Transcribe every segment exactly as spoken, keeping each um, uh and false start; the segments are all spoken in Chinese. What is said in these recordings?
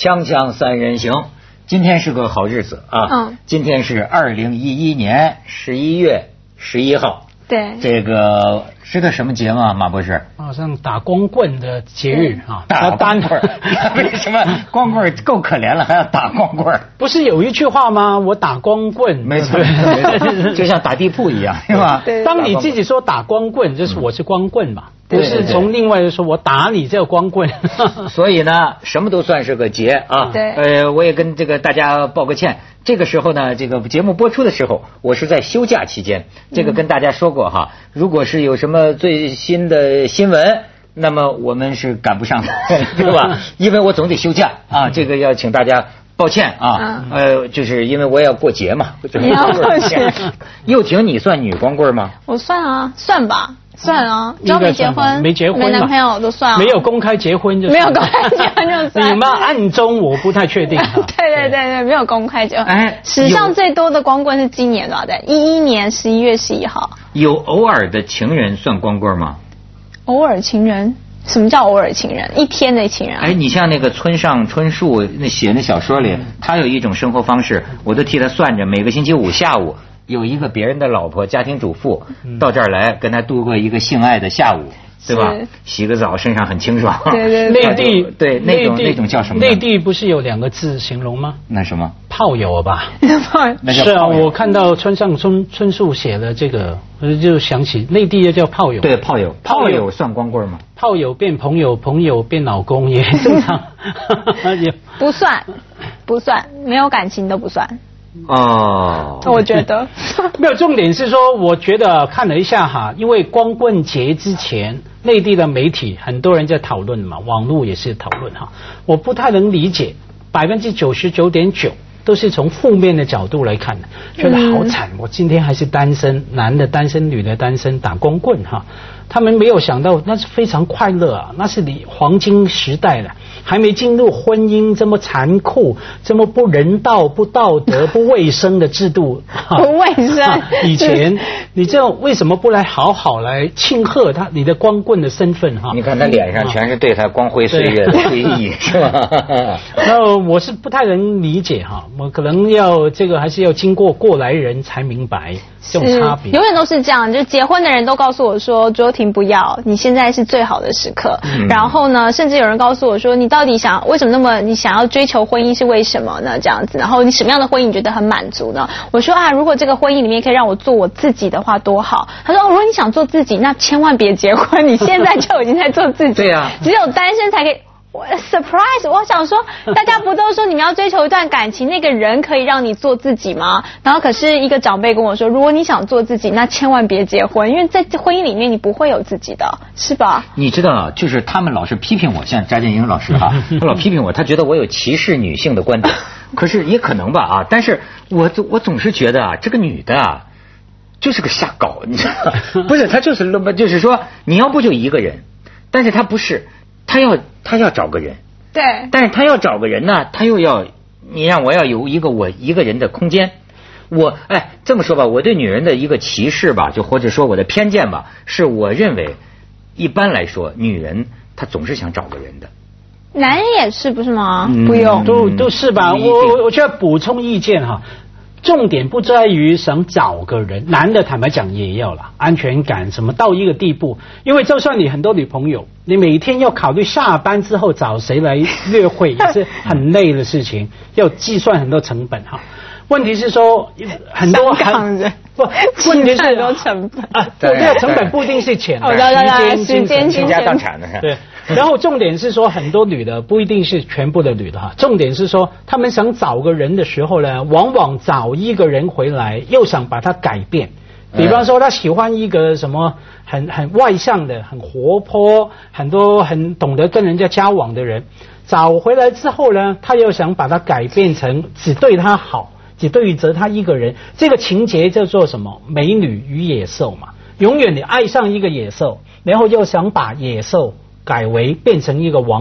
锵锵三人行，今天是个好日子啊！嗯，今天是二零一一年十一月十一号。 对， 这个是个什么节吗？马博士？ 好像打光棍的节日啊， 打光棍为什么光棍够可怜了，还要打光棍？ 不是有一句话吗？我打光棍， 没错，就像打地铺一样，是吧？ 当你自己说打光棍，就是我是光棍嘛。不是从另外说我打你这个光棍， 所以呢，什么都算是个节啊。 对， 呃，我也跟这个大家报个歉。这个时候呢，这个节目播出的时候，我是在休假期间，这个跟大家说过哈。如果是有什么最新的新闻，那么我们是赶不上的，对吧？因为我总得休假啊，这个要请大家抱歉啊。呃，就是因为我也要过节嘛。 你要过节。 又婷，你算女光棍吗？ 我算啊，算吧。算啊，只要没结婚、 没结婚、 没男朋友都算啊。 没有公开结婚就没有公开结婚就算。 你们暗中我不太确定。 对对对对，没有公开结婚。哎，史上最多的光棍是今年多少的？一一年十一月十一号。 有偶尔的情人算光棍吗？ 偶尔情人？什么叫偶尔情人？一天的情人、啊。 哎，你像那个村上春树那写那小说里，嗯、他有一种生活方式，我都替他算着，每个星期五下午。有一个别人的老婆，家庭主妇到这儿来跟他度过一个性爱的下午，对吧？洗个澡，身上很清爽。 对对对，内地对那种那种叫什么？ 内地不是有两个字形容吗？ 那什么？ 炮友吧。 那叫是啊，我看到村上春春树写的这个，我就想起内地也叫炮友。 对，炮友，炮友算光棍吗？ 炮友变朋友，朋友变老公也正常。 也不算，不算，没有感情都不算。 哦， 我觉得没有。重点是说，我觉得看了一下哈，因为光棍节之前，内地的媒体很多人在讨论嘛，网络也是讨论哈。我不太能理解，百分之九十九点九都是从负面的角度来看的，觉得好惨。我今天还是单身，男的单身，女的单身，打光棍哈。他们没有想到，那是非常快乐啊，那是你黄金时代了，还没进入婚姻这么残酷、这么不人道、不道德、不卫生的制度。 不卫生。 以前你这样为什么不来好好来庆贺他你的光棍的身份哈？ 你看他脸上全是对他光辉岁月的回忆，是吧？ 那我是不太能理解哈，我可能要这个还是要经过过来人才明白这种差别。 永远都是这样，就结婚的人都告诉我说，卓婷不要，你现在是最好的时刻。嗯、然后呢，甚至有人告诉我说，你到底想为什么那么你想要追求婚姻是为什么呢？这样子，然后你什么样的婚姻你觉得很满足呢？我说啊，如果这个婚姻里面可以让我做我自己的话，多好。他说，哦，如果你想做自己，那千万别结婚，你现在就已经在做自己。 对啊， 只有单身才可以。我 surprise， 我想说，大家不都说你们要追求一段感情，那个人可以让你做自己吗？然后可是一个长辈跟我说，如果你想做自己，那千万别结婚，因为在婚姻里面你不会有自己的，是吧？ 你知道啊，就是他们老是批评我，像翟建英老师哈、啊，他老批评我，他觉得我有歧视女性的观点，可是也可能吧啊，但是我我总是觉得啊，这个女的啊，就是个瞎搞，你知道吗？不是，她就是那么，就是说你要不就一个人，但是她不是。他要他要找个人， 对， 但是他要找个人呢，他又要你让我要有一个我一个人的空间。我哎这么说吧，我对女人的一个歧视吧，就或者说我的偏见吧，是我认为一般来说，女人她总是想找个人的。 男人也是不是吗？嗯、不用， 都都是吧。我我就要补充意见哈。重点不在于想找个人，男的坦白讲也要了，安全感什么到一个地步，因为就算你很多女朋友，你每天要考虑下班之后找谁来约会，也是很累的事情，要计算很多成本哈。问题是说很多很不，问题是很多成本啊，这个成本不一定是钱， 哦，对对对，时间、 倾家荡产的。 对，然后重点是说很多女的不一定是全部的女的哈，重点是说他们想找个人的时候呢，往往找一个人回来又想把他改变。比方说他喜欢一个什么很很外向的、很活泼、很多很懂得跟人家交往的人，找回来之后呢，他又想把他改变成只对他好，只对着他一个人。这个情节叫做什么？美女与野兽嘛。永远你爱上一个野兽，然后又想把野兽改为变成一个王子，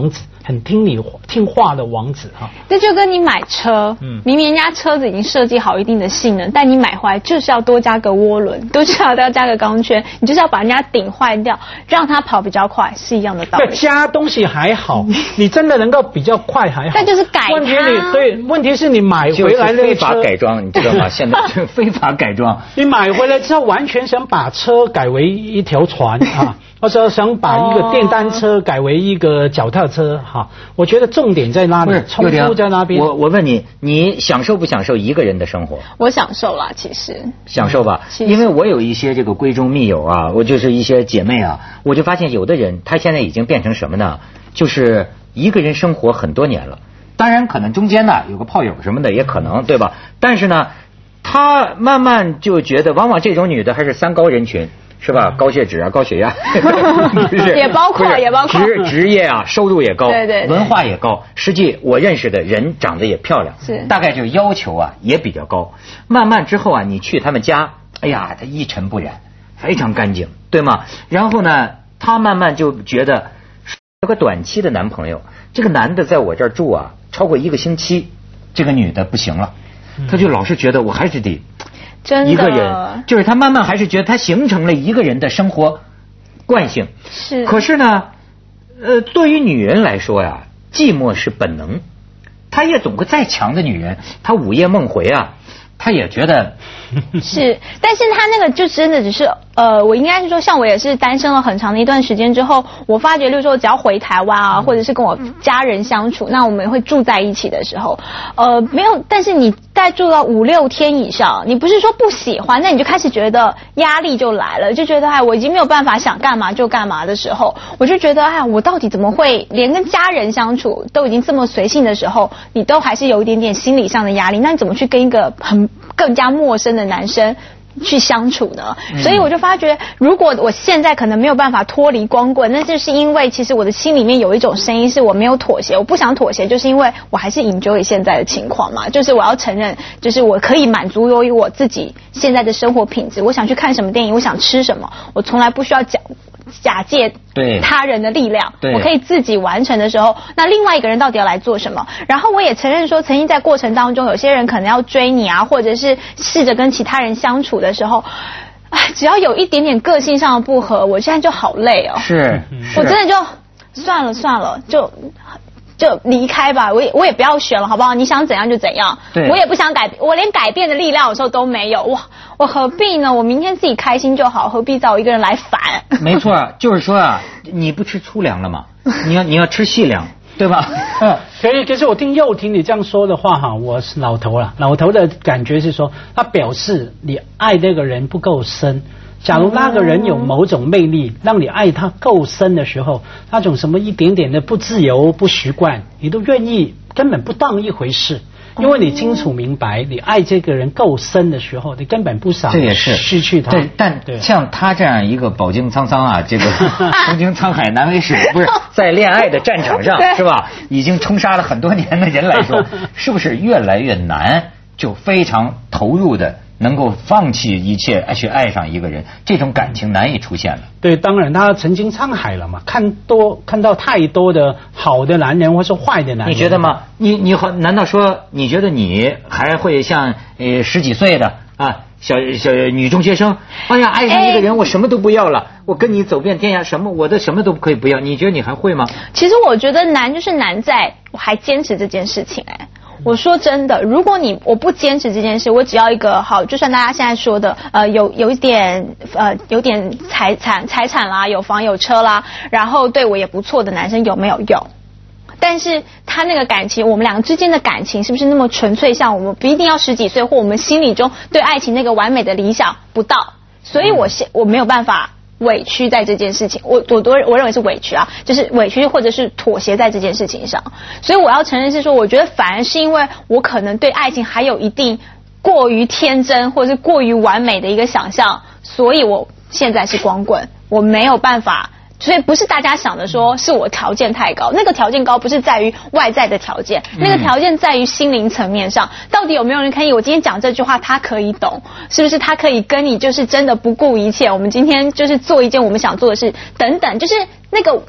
很听你听话的王子哈。 这就跟你买车，嗯，明明人家车子已经设计好一定的性能，但你买回来就是要多加个涡轮，都是要要加个钢圈，你就是要把人家顶坏掉，让它跑比较快，是一样的道理。 加东西还好，你真的能够比较快还好， 但就是改它。 问题你对，问题是你买回来的非法改装，你知道吗？现在是非法改装。 你买回来之后，完全想把车改为一条船啊，或者想把一个电单车改为一个脚踏车哈。我觉得重点在哪里？冲突在那边。 我我问你，你享受不享受一个人的生活？ 我享受啦，其实享受吧，因为我有一些这个闺中密友啊，我就是一些姐妹啊，我就发现有的人他现在已经变成什么呢？就是一个人生活很多年了。当然可能中间呢有个炮友什么的也可能，对吧？但是呢他慢慢就觉得往往这种女的还是三高人群，是吧？高血脂啊，高血压也包括也包括职职业啊，收入也高， 对对对， 文化也高，实际我认识的人长得也漂亮， 是大概就要求啊也比较高。慢慢之后啊你去他们家，哎呀他一尘不染，非常干净，对吗？然后呢他慢慢就觉得有个短期的男朋友，这个男的在我这儿住啊超过一个星期，这个女的不行了，他就老是觉得我还是得一个人，就是他慢慢还是觉得他形成了一个人的生活惯性。 是， 可是呢呃对于女人来说呀，寂寞是本能，她也总会再强的女人，她午夜梦回啊，她也觉得是，但是她那个就真的只是呃，我应该是说，像我也是单身了很长的一段时间之后，我发觉，例如说，只要回台湾啊，或者是跟我家人相处，那我们会住在一起的时候，呃，没有，但是你再住到五六天以上，你不是说不喜欢，那你就开始觉得压力就来了，就觉得哎，我已经没有办法想干嘛就干嘛的时候，我就觉得哎，我到底怎么会连跟家人相处都已经这么随性的时候，你都还是有一点点心理上的压力，那你怎么去跟一个很更加陌生的男生去相处呢？所以我就发觉，如果我现在可能没有办法脱离光棍，那就是因为其实我的心里面有一种声音是我没有妥协，我不想妥协，就是因为我还是 enjoy 现在的情况嘛，就是我要承认，就是我可以满足于我自己现在的生活品质，我想去看什么电影，我想吃什么，我从来不需要假假借他人的力量，我可以自己完成的时候，那另外一个人到底要来做什么？然后我也承认说，曾经在过程当中，有些人可能要追你啊，或者是试着跟其他人相处的时候，只要有一点点个性上的不合，我现在就好累哦。 是， 我真的就算了算了，就就离开吧，我也我也不要选了，好不好？你想怎样就怎样，我也不想改，我连改变的力量有时候都没有，哇，我何必呢？我明天自己开心就好，何必找一个人来烦？ 没错，就是说啊，你不吃粗粮了吗？你要你要吃细粮，对吧？ 可是可是我听佑廷你这样说的话哈，我是老头了，老头的感觉是说，他表示你爱那个人不够深。假如那个人有某种魅力，让你爱他够深的时候，那种什么一点点的不自由、不习惯，你都愿意，根本不当一回事。因为你清楚明白，你爱这个人够深的时候，你根本不想这也是失去他。 对，但像他这样一个饱经沧桑啊，这个东经沧海难为水，不是在恋爱的战场上是吧？已经冲杀了很多年的人来说，是不是越来越难？就非常投入的。能够放弃一切去爱上一个人，这种感情难以出现了。 对，当然他曾经沧海了嘛，看多看到太多的好的男人或是坏的男人。 你觉得吗？你你难道说你觉得你还会像呃十几岁的啊小小女中学生？哎呀，爱上一个人，我什么都不要了，我跟你走遍天涯，什么我的什么都可以不要。你觉得你还会吗？ 其实我觉得难就是难在我还坚持这件事情哎。我说真的，如果你我不坚持这件事，我只要一个好，就算大家现在说的呃有有一点呃有点财产财产啦，有房有车啦，然后对我也不错的男生有没有用？但是他那个感情，我们两个之间的感情是不是那么纯粹？像我们不一定要十几岁，或我们心里中对爱情那个完美的理想不到，所以我现我没有办法。委屈在这件事情，我我多我认为是委屈啊，就是委屈或者是妥协在这件事情上，所以我要承认是说，我觉得反而是因为我可能对爱情还有一定过于天真或者是过于完美的一个想象，所以我现在是光棍，我没有办法。所以不是大家想的说是我条件太高，那个条件高不是在于外在的条件，那个条件在于心灵层面上，到底有没有人可以我今天讲这句话他可以懂，是不是他可以跟你就是真的不顾一切，我们今天就是做一件我们想做的事等等，就是那个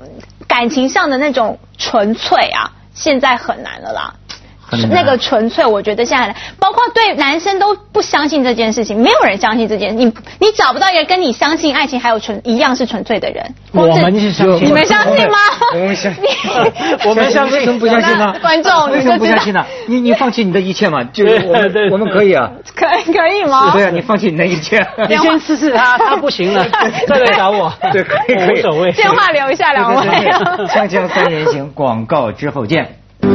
感情上的那种纯粹啊，现在很难了啦。那个纯粹，我觉得现在包括对男生都不相信这件事情，没有人相信这件事。你你找不到一个跟你相信爱情还有纯一样是纯粹的人。 我们是相信， 你们相信吗？ 我们相信， 我们相信， 为什么不相信呢？ 观众为什么不相信呢？你你放弃你的一切嘛？就是我们我们可以啊， 可可以吗？ 对啊，你放弃你的一切， 你先试试他，他不行了再来找我。 对，可以可以， 无所谓。 电话留一下两位。 锵锵三人行，广告之后见。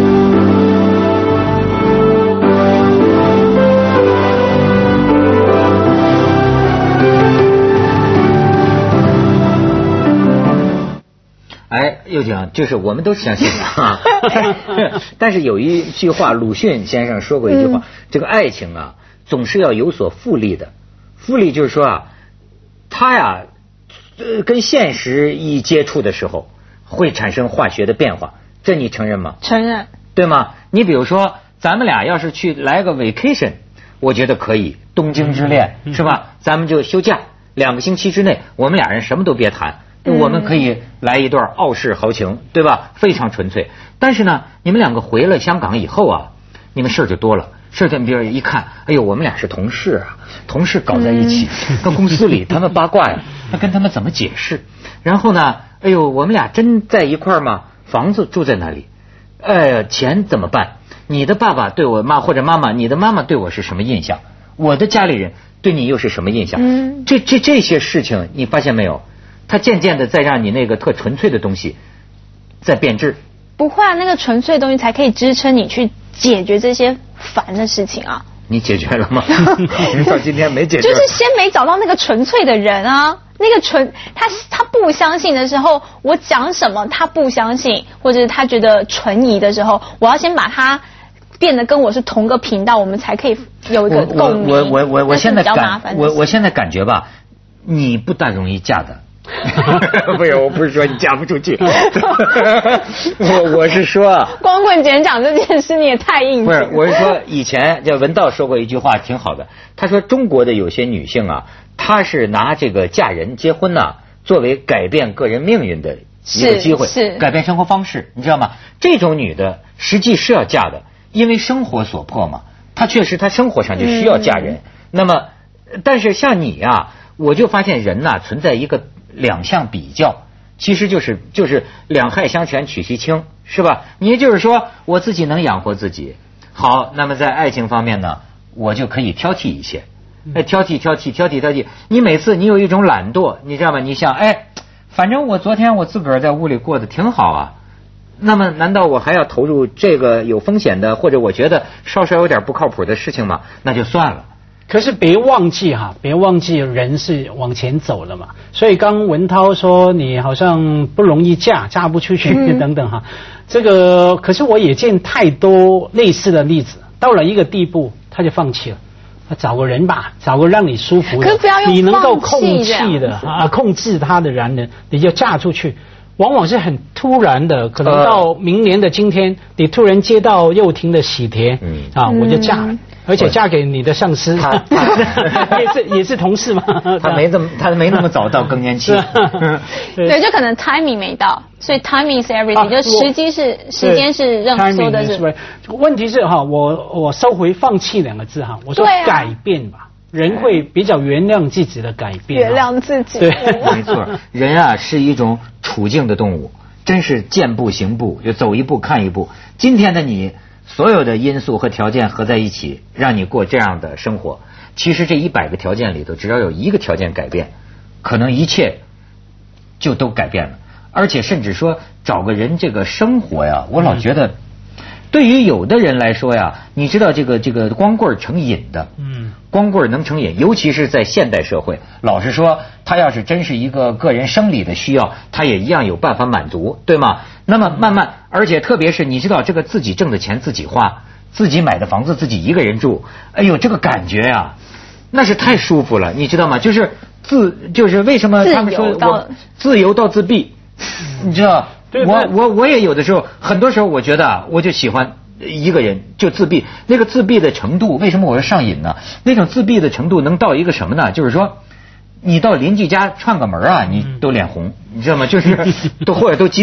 哎，又讲就是我们都相信啊，但是有一句话，鲁迅先生说过一句话，嗯、这个爱情啊，总是要有所复利的。复利就是说啊，它呀，呃，跟现实一接触的时候，会产生化学的变化，这你承认吗？ 承认， 对吗？你比如说，咱们俩要是去来个 vacation， 我觉得可以，东京之恋、嗯、是吧？咱们就休假两个星期之内，我们俩人什么都别谈。我们可以来一段傲世豪情，对吧？非常纯粹。但是呢，你们两个回了香港以后啊，你们事儿就多了。事儿跟别人一看，哎呦，我们俩是同事啊，同事搞在一起，跟公司里他们八卦呀，那跟他们怎么解释？然后呢，哎呦，我们俩真在一块儿吗？房子住在哪里？呃，钱怎么办？你的爸爸对我妈或者妈妈，你的妈妈对我是什么印象？我的家里人对你又是什么印象？嗯，这这这些事情，你发现没有？它渐渐的在让你那个特纯粹的东西在变质。 不会啊，那个纯粹的东西才可以支撑你去解决这些烦的事情啊。 你解决了吗？到今天没解决。 就是先没找到那个纯粹的人啊，那个纯他他不相信的时候，我讲什么他不相信，或者是他觉得存疑的时候，我要先把他变得跟我是同个频道，我们才可以有一个共鸣。 我我我我现在感我我现在感觉吧，你不大容易嫁的。不是，我不是说你嫁不出去，我我是说， 光棍节讲这件事你也太硬气。 不是，我是说以前这文道说过一句话挺好的，他说中国的有些女性啊，她是拿这个嫁人结婚呐、啊、作为改变个人命运的一个机会， 是改变生活方式，你知道吗？这种女的实际是要嫁的，因为生活所迫嘛，她确实她生活上就需要嫁人。嗯、那么，但是像你呀、啊，我就发现人呐、啊、存在一个。两项比较，其实就是就是两害相权取其轻，是吧？你也就是说，我自己能养活自己，好，那么在爱情方面呢，我就可以挑剔一些，哎，挑剔挑剔挑剔挑剔。你每次你有一种懒惰，你知道吗？你想，哎，反正我昨天我自个儿在屋里过得挺好啊，那么难道我还要投入这个有风险的，或者我觉得稍稍有点不靠谱的事情吗？那就算了。 可是别忘记哈，别忘记人是往前走了嘛。所以刚文涛说你好像不容易嫁，嫁不出去、嗯、等等哈。这个可是我也见太多类似的例子，到了一个地步他就放弃了。找个人吧，找个让你舒服的，你能够控制的啊，控制他的男人，你就嫁出去。往往是很突然的，可能到明年的今天，你突然接到幼婷的喜帖，嗯、啊，我就嫁了。嗯，而且嫁给你的上司，他他也是也是同事嘛， 他没这么他没那么早到更年期， 对，就可能 timing 没到，所以 timing is everything，、啊、就时机是时间是任何说的是。 问题是哈，我我收回放弃两个字哈，我说改变吧，啊、人会比较原谅自己的改变， 原谅自己， 对， 没错，人啊是一种处境的动物，真是见步行步，就走一步看一步。今天的你。所有的因素和条件合在一起，让你过这样的生活。其实这一百个条件里头，只要有一个条件改变，可能一切就都改变了。而且甚至说找个人这个生活呀，我老觉得，对于有的人来说呀，你知道这个这个光棍成瘾的，嗯，光棍能成瘾，尤其是在现代社会。老实说，他要是真是一个个人生理的需要，他也一样有办法满足，对吗？那么慢慢，而且特别是你知道这个自己挣的钱自己花，自己买的房子自己一个人住，哎呦，这个感觉呀，那是太舒服了，你知道吗？就是自就是为什么他们说我自由到自闭，你知道？我我我也有的时候，很多时候我觉得啊，我就喜欢一个人就自闭。那个自闭的程度，为什么我说上瘾呢？那种自闭的程度能到一个什么呢？就是说，你到邻居家串个门啊，你都脸红，你知道吗？就是都或者都激动。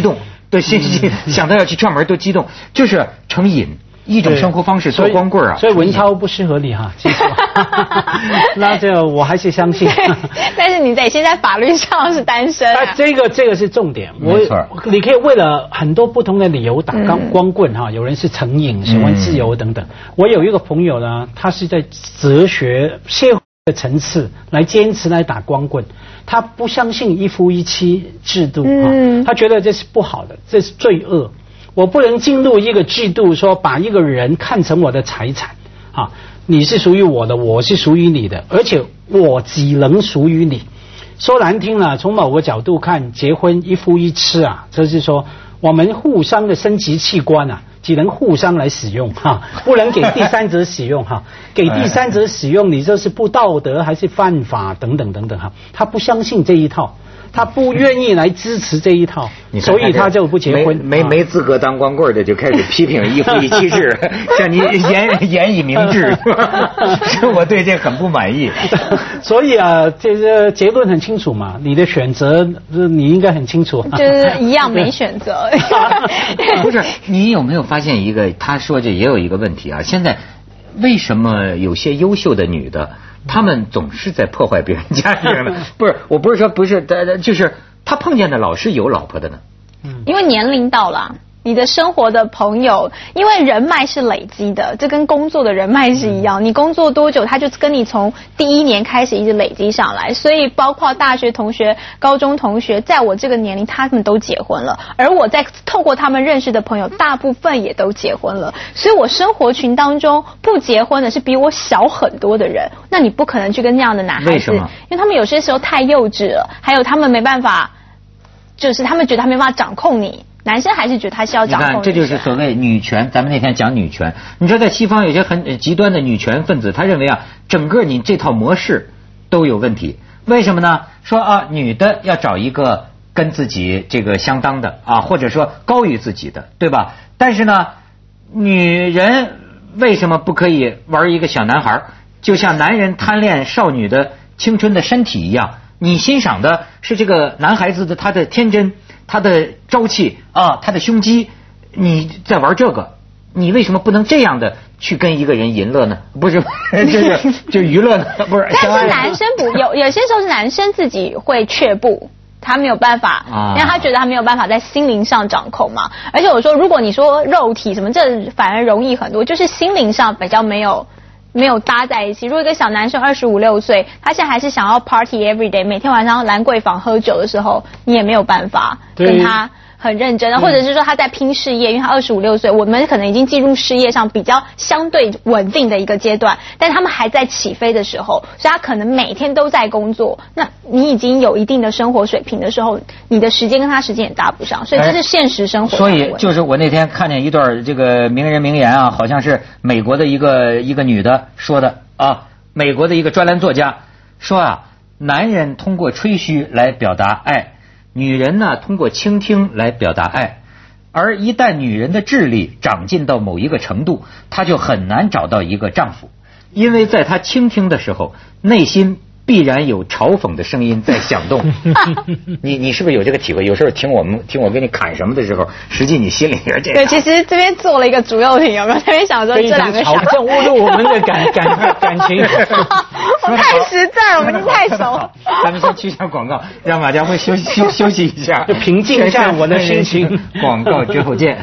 都心心想到要去串门都激动，就是成瘾。一种生活方式，做光棍啊， 所以文超不适合你哈，记住。那就我还是相信。 但是你得现在法律上是单身、啊。 这个这个是重点，我你可以为了很多不同的理由打光光棍哈，有人是成瘾，喜欢自由等等。我有一个朋友呢，他是在哲学社会的层次来坚持来打光棍，他不相信一夫一妻制度啊，他觉得这是不好的，这是罪恶。我不能进入一个制度，说把一个人看成我的财产啊，你是属于我的，我是属于你的，而且我只能属于你。说难听了，从某个角度看，结婚一夫一妻啊，就是说我们互相的生殖器官啊，只能互相来使用哈，不能给第三者使用哈，给第三者使用，你这是不道德还是犯法等等等等哈，他不相信这一套。他不愿意来支持这一套，所以他就不结婚。 没没没资格当光棍的就开始批评一夫一妻制，向你言言以明志，我对这很不满意。 所以啊，这个结论很清楚嘛，你的选择你应该很清楚。 就是一样没选择。 不是，你有没有发现一个？他说这也有一个问题啊，现在为什么有些优秀的女的？他们总是在破坏别人家庭呢？不是，我不是说不是，就是他碰见的老是有老婆的呢。 因为年龄到了。你的生活的朋友，因为人脉是累积的，这跟工作的人脉是一样。你工作多久，他就跟你从第一年开始一直累积上来。所以包括大学同学、高中同学，在我这个年龄，他们都结婚了，而我在透过他们认识的朋友，大部分也都结婚了。所以我生活群当中不结婚的是比我小很多的人。那你不可能去跟那样的男孩子， 为什么？ 因为他们有些时候太幼稚了，还有他们没办法，就是他们觉得他没办法掌控你。男生还是觉得他是要掌控。 你看，这就是所谓女权。咱们那天讲女权，你知道在西方有些很极端的女权分子，他认为啊，整个你这套模式都有问题。为什么呢？说啊，女的要找一个跟自己这个相当的啊，或者说高于自己的，对吧？但是呢，女人为什么不可以玩一个小男孩？就像男人贪恋少女的青春的身体一样，你欣赏的是这个男孩子的他的天真。他的朝气啊，他的胸肌，你在玩这个，你为什么不能这样的去跟一个人淫乐呢？不是，就是就娱乐呢？不是。 但是男生不有有些时候是男生自己会却步，他没有办法，因为他觉得他没有办法在心灵上掌控嘛。而且我说，如果你说肉体什么，这反而容易很多，就是心灵上比较没有。没有搭在一起。如果一个小男生二十五六岁，他现在还是想要 party every day， 每天晚上兰桂坊喝酒的时候，你也没有办法跟他很认真的，或者是说他在拼事业，因为他二十五六岁，我们可能已经进入事业上比较相对稳定的一个阶段，但他们还在起飞的时候，所以他可能每天都在工作。那你已经有一定的生活水平的时候，你的时间跟他时间也搭不上，所以这是现实生活。 所以就是我那天看见一段这个名人名言啊，好像是美国的一个一个女的说的啊，美国的一个专栏作家说啊，男人通过吹嘘来表达爱。女人呢，通过倾听来表达爱，而一旦女人的智力长进到某一个程度，她就很难找到一个丈夫，因为在她倾听的时候，内心必然有嘲讽的声音在响动。你你是不是有这个体会？有时候听我们听我给你砍什么的时候，实际你心里边这个。 对，其实这边做了一个主右屏，有没有？这边想说这两个好像侮辱我们的感感感情。 我太实在了，我们已经太熟。 咱们先去一下广告，让马家辉休息休休息一下， 就平静一下我的心情。 广告之后见。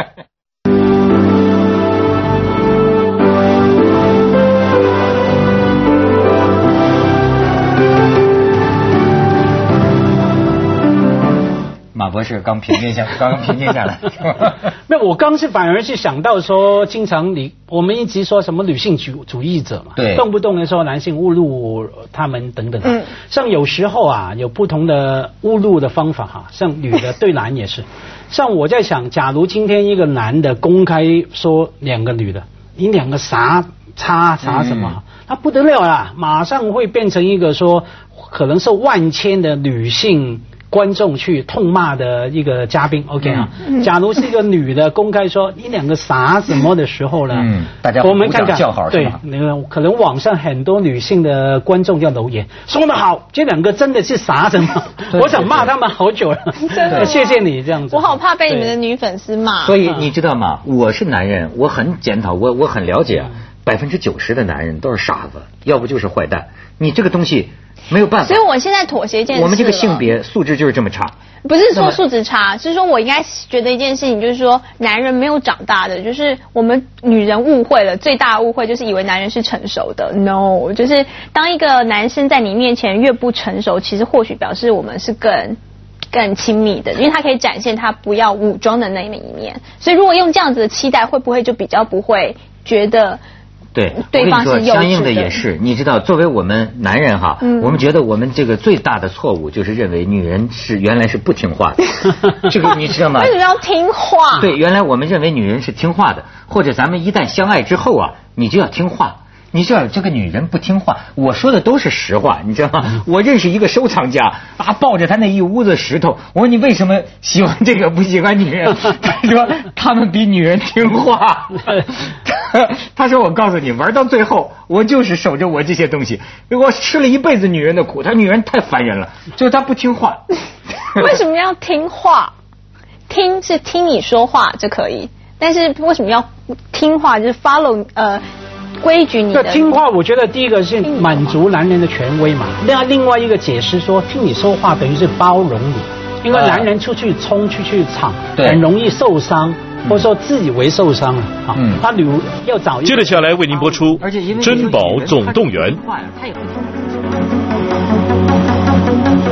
马博士刚平静下，刚刚平静下来。 没有，我刚是反而是想到说，经常你我们一直说什么女性主主义者嘛， 对， 动不动的说男性侮辱他们等等。嗯，像有时候啊，有不同的侮辱的方法哈，像女的对男也是。像我在想，假如今天一个男的公开说两个女的，你两个啥差啥什么，那、嗯、不得了啦，马上会变成一个说可能是万千的女性观众去痛骂的一个嘉宾 ，OK 啊？嗯、假如是一个女的公开说你两个傻什么的时候呢？嗯， 大家我们看看叫好对，那个可能网上很多女性的观众要留言，说得好，这两个真的是傻什么？我想骂他们好久了，谢谢你这样子。 我好怕被你们的女粉丝骂。 所以你知道吗？我是男人，我很检讨，我我很了解啊。百分之九十的男人都是傻子，要不就是坏蛋。你这个东西没有办法。 所以我现在妥协一件事， 我们这个性别素质就是这么差。 不是说素质差，是说我应该觉得一件事情，就是说男人没有长大的，就是我们女人误会了，最大的误会就是以为男人是成熟的。No， 就是当一个男生在你面前越不成熟，其实或许表示我们是更更亲密的，因为他可以展现他不要武装的那一面。所以如果用这样子的期待，会不会就比较不会觉得？ 对， 对方是幼稚的。 我跟你说，相应的也是，你知道，作为我们男人哈，嗯、我们觉得我们这个最大的错误就是认为女人是原来是不听话的，这个你知道吗？ 为什么要听话？ 对，原来我们认为女人是听话的，或者咱们一旦相爱之后啊，你就要听话。你知道这个女人不听话，我说的都是实话，你知道吗？我认识一个收藏家啊，抱着他那一屋子石头，我说你为什么喜欢这个不喜欢女人？他说他们比女人听话。他说我告诉你，玩到最后，我就是守着我这些东西，我吃了一辈子女人的苦，他女人太烦人了，就是他不听话。 为什么要听话？听是听你说话就可以，但是为什么要听话？就是 follow 呃。规矩你的听话，我觉得第一个是满足男人的权威嘛。那另外一个解释说，听你说话等于是包容你，因为男人出去冲、出去闯，很容易受伤，或者说自以为受伤了啊。嗯、他比如要找一个。 接着下来为您播出《珍宝总动员》。